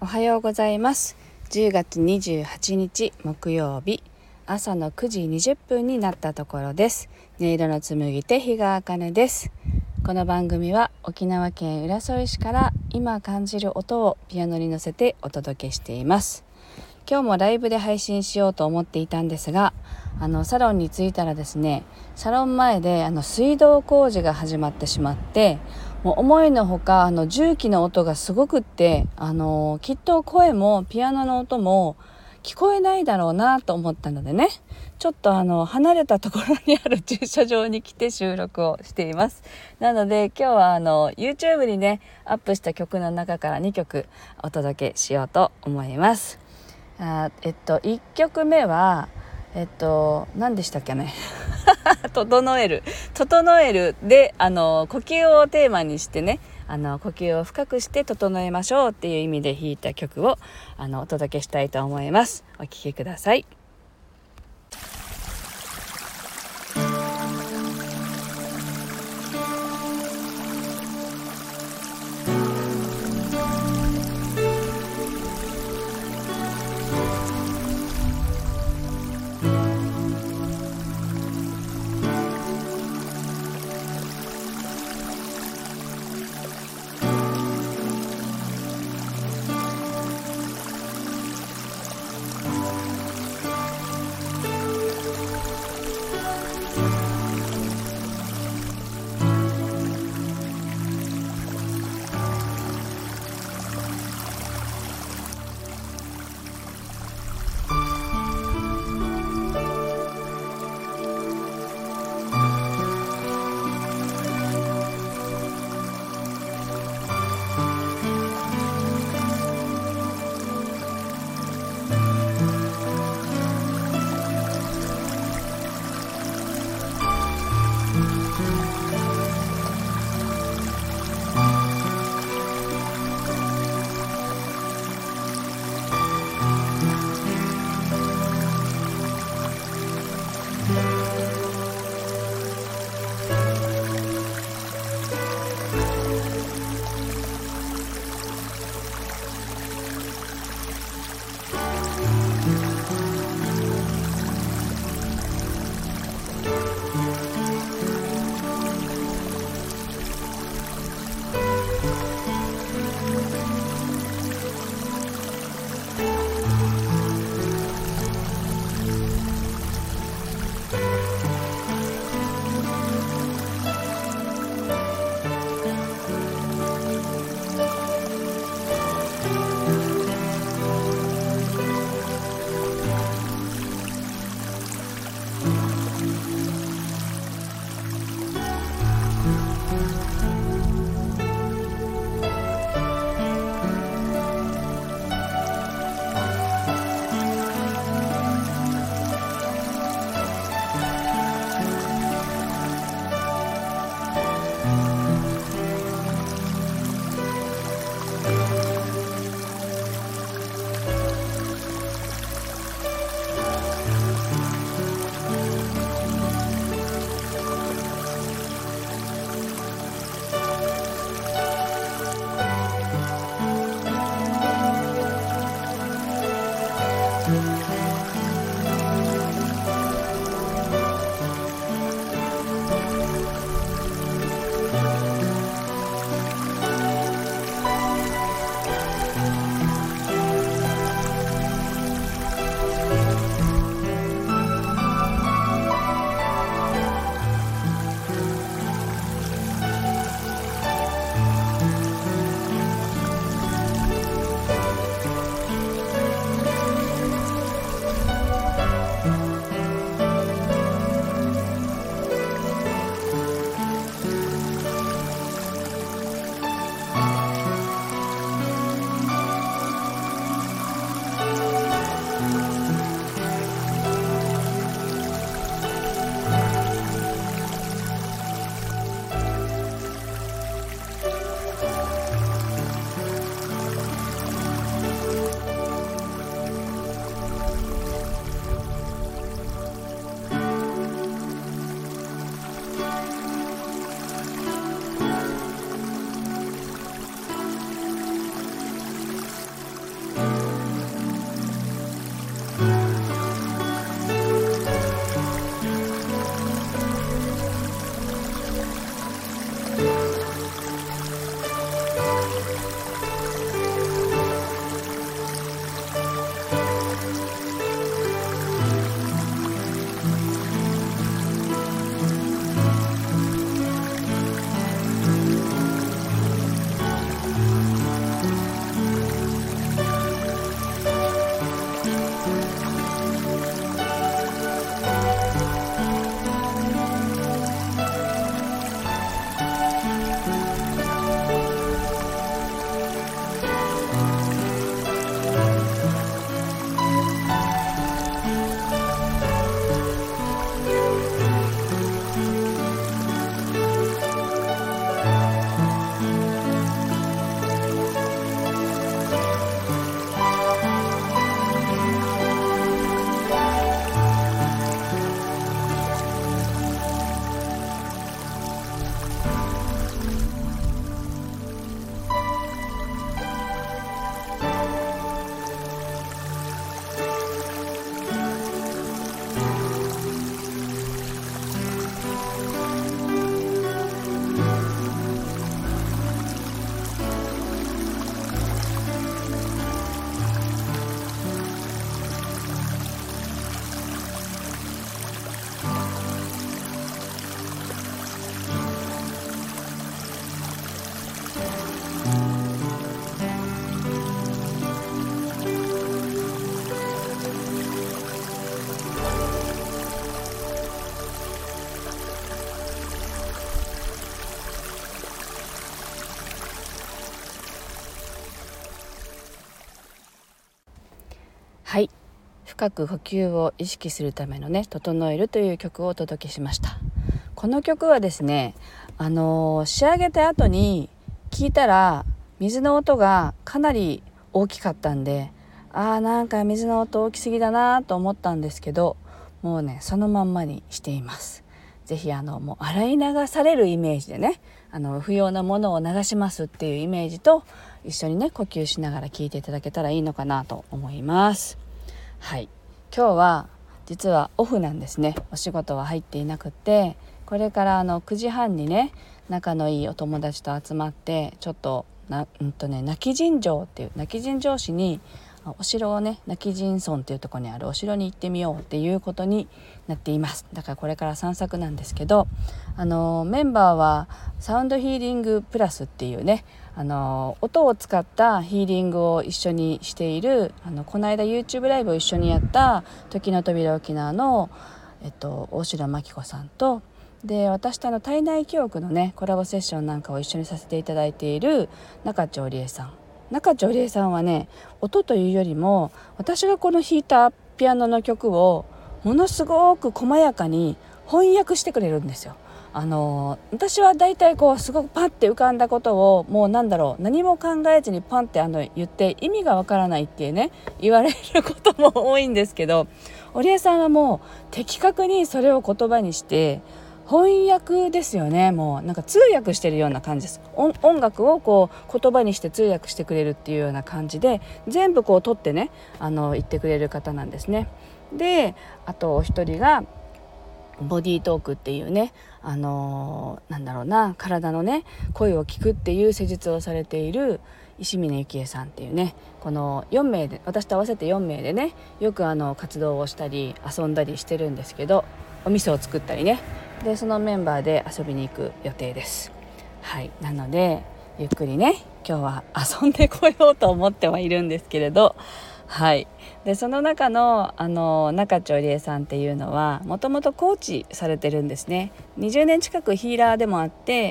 おはようございます。10月28日木曜日、朝の9時20分になったところです。音色の紡ぎ手日川茜です。この番組は沖縄県浦添市から今感じる音をピアノに乗せてお届けしています。今日もライブで配信しようと思っていたんですが、サロンに着いたらですね、サロン前で水道工事が始まってしまって、もう思いのほか重機の音がすごくって、きっと声もピアノの音も聞こえないだろうなと思ったのでね、ちょっと離れたところにある駐車場に来て収録をしています。なので今日はYouTube にねアップした曲の中から2曲お届けしようと思います。1曲目は何でしたっけね整えるで呼吸をテーマにしてね、呼吸を深くして整えましょうっていう意味で弾いた曲をお届けしたいと思います。お聴きください。 深く呼吸を意識するためのね整えるという曲をお届けしました。この曲はですね、仕上げた後に聞いたら水の音がかなり大きかったんで、なんか水の音大きすぎだなと思ったんですけど、もうねそのまんまにしています。ぜひもう洗い流されるイメージでね、不要なものを流しますっていうイメージと一緒にね呼吸しながら聞いていただけたらいいのかなと思います。はい、今日は実はオフなんですね。お仕事は入っていなくて、これから9時半にね仲のいいお友達と集まってちょっと今帰仁城っていう今帰仁城市にお城をね今帰仁村っていうところにあるお城に行ってみようっていうことになっています。だからこれから散策なんですけど、メンバーはサウンドヒーリングプラスっていうね音を使ったヒーリングを一緒にしているこの間 YouTube ライブを一緒にやった時の扉沖縄の、大城真紀子さんとで私と体内記憶のねコラボセッションなんかを一緒にさせていただいている中地織江さん。中地織江さんはね、音というよりも私がこの弾いたピアノの曲をものすごく細やかに翻訳してくれるんですよ。私はだいたいすごくパッて浮かんだことをもう何も考えずにパンって言って意味がわからないっていうね言われることも多いんですけど、織江さんはもう的確にそれを言葉にして翻訳ですよね。もう通訳してるような感じです。音楽を言葉にして通訳してくれるっていうような感じで全部取ってね言ってくれる方なんですね。であとお一人がボディートークっていうね体のね声を聞くっていう施術をされている石峰幸恵さんっていうね、この4名で私と合わせて4名でねよく活動をしたり遊んだりしてるんですけど、お味噌を作ったりね、でそのメンバーで遊びに行く予定です。はい、なのでゆっくりね今日は遊んでこようと思ってはいるんですけれど、はい、でその中の中地織江さんっていうのはもともとコーチされてるんですね。20年近くヒーラーでもあって、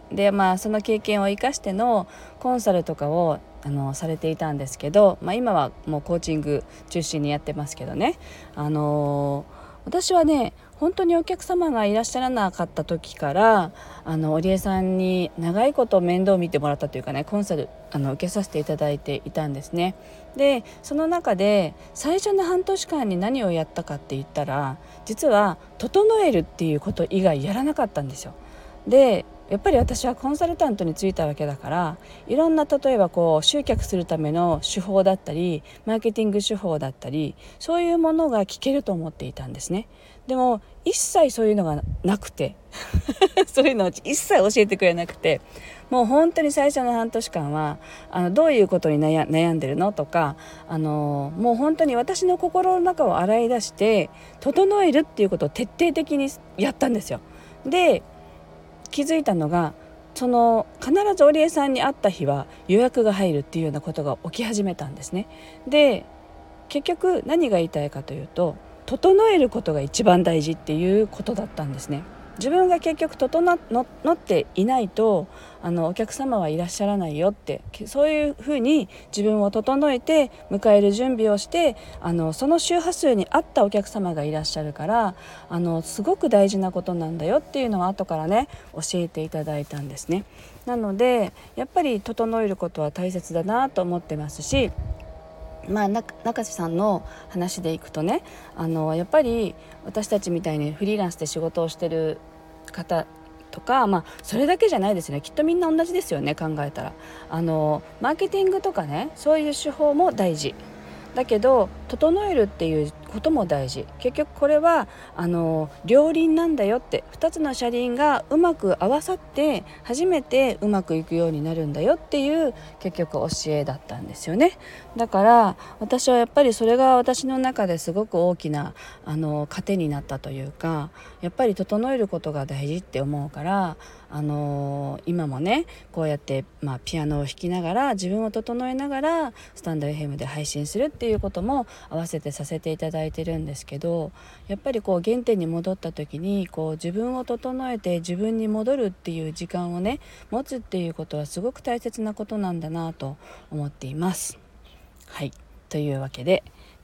でその経験を生かしてのコンサルとかをされていたんですけど、今はもうコーチング中心にやってますけどね、私はね本当にお客様がいらっしゃらなかった時から織江さんに長いこと面倒を見てもらったというかね、コンサル受けさせていただいていたんですね。でその中で最初の半年間に何をやったかって言ったら、実は整えるっていうこと以外やらなかったんですよ。でやっぱり私はコンサルタントに就いたわけだから、いろんな例えば集客するための手法だったりマーケティング手法だったりそういうものが聞けると思っていたんですね。でも一切そういうのがなくてそういうのを一切教えてくれなくて、もう本当に最初の半年間はどういうことに悩んでるのとかもう本当に私の心の中を洗い出して整えるっていうことを徹底的にやったんですよ。で気づいたのが必ず織江さんに会った日は予約が入るっていうようなことが起き始めたんですね。で結局何が言いたいかというと、整えることが一番大事っていうことだったんですね。自分が結局整っていないとお客様はいらっしゃらないよって、そういうふうに自分を整えて迎える準備をしてその周波数に合ったお客様がいらっしゃるからすごく大事なことなんだよっていうのは後からね教えていただいたんですね。なのでやっぱり整えることは大切だなと思ってますし、中瀬さんの話でいくとねやっぱり私たちみたいにフリーランスで仕事をしてる方とか、それだけじゃないですね。きっとみんな同じですよね、考えたらマーケティングとかねそういう手法も大事だけど整えるっていうことも大事。結局これは両輪なんだよって、2つの車輪がうまく合わさって初めてうまくいくようになるんだよっていう結局教えだったんですよね。だから私はやっぱりそれが私の中ですごく大きな糧になったというか、やっぱり整えることが大事って思うから今もねこうやって、ピアノを弾きながら自分を整えながらスタンド FM で配信するっていうことも合わせてさせていただいてるんですけど、やっぱり原点に戻った時に自分を整えて自分に戻るっていう時間をね持つっていうことはすごく大切なことなんだなと思っています。はい、というわけで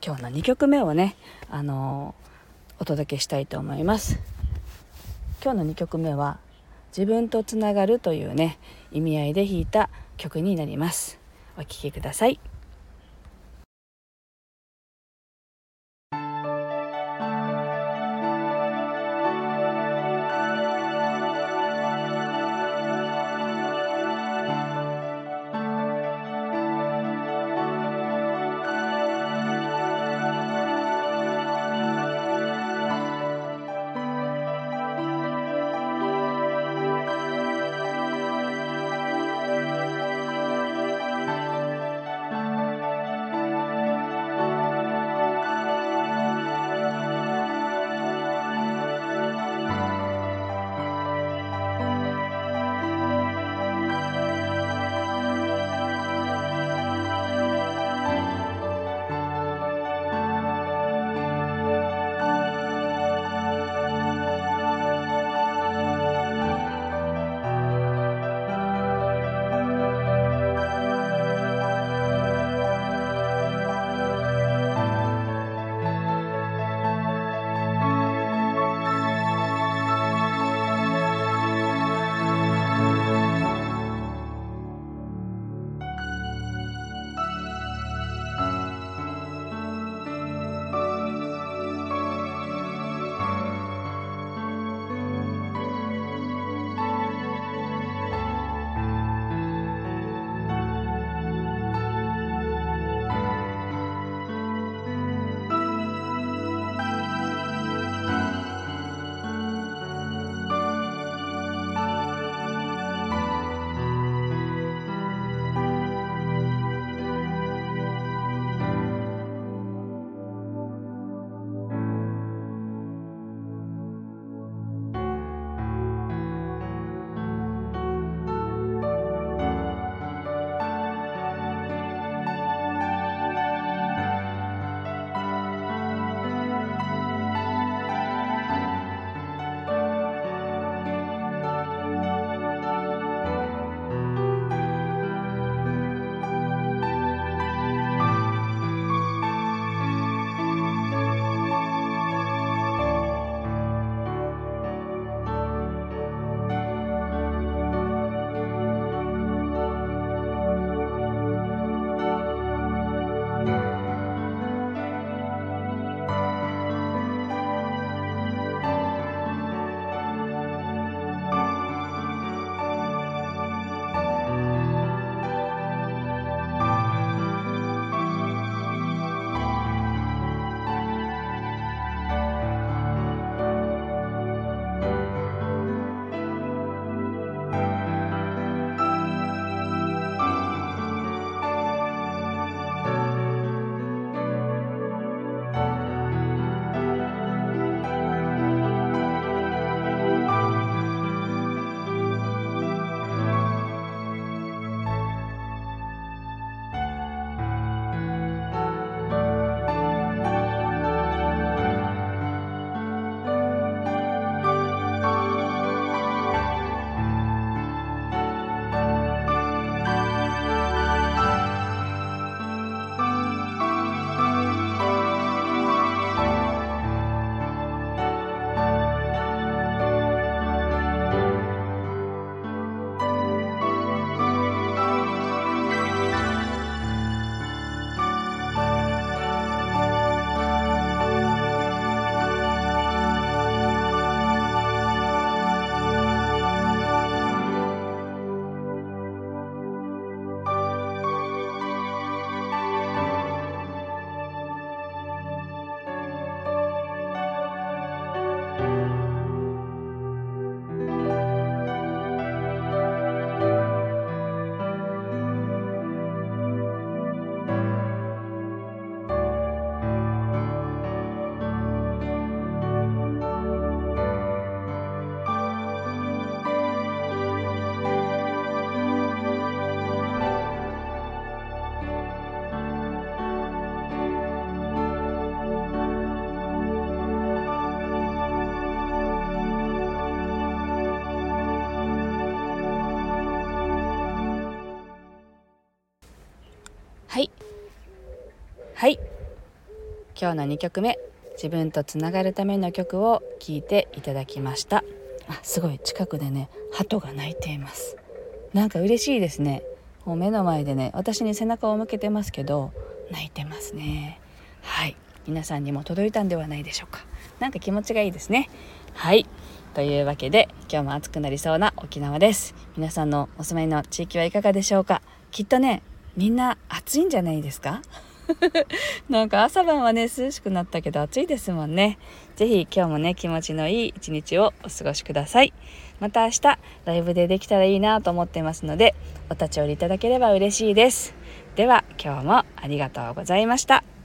今日の2曲目をね、お届けしたいと思います。今日の2曲目は自分とつながるというね意味合いで弾いた曲になります。お聴きください。はいはい、 今日の2曲目、自分とつながるための曲を聴いていただきました。すごい近くでね、鳩が鳴いています。なんか嬉しいですね。もう目の前でね、私に背中を向けてますけど鳴いてますね。はい、皆さんにも届いたんではないでしょうか。なんか気持ちがいいですね。はい、というわけで今日も暑くなりそうな沖縄です。皆さんのお住まいの地域はいかがでしょうか。きっとね、みんな暑いんじゃないですかなんか朝晩はね涼しくなったけど暑いですもんね。ぜひ今日もね気持ちのいい一日をお過ごしください。また明日ライブでできたらいいなと思ってますので、お立ち寄りいただければ嬉しいです。では今日もありがとうございました。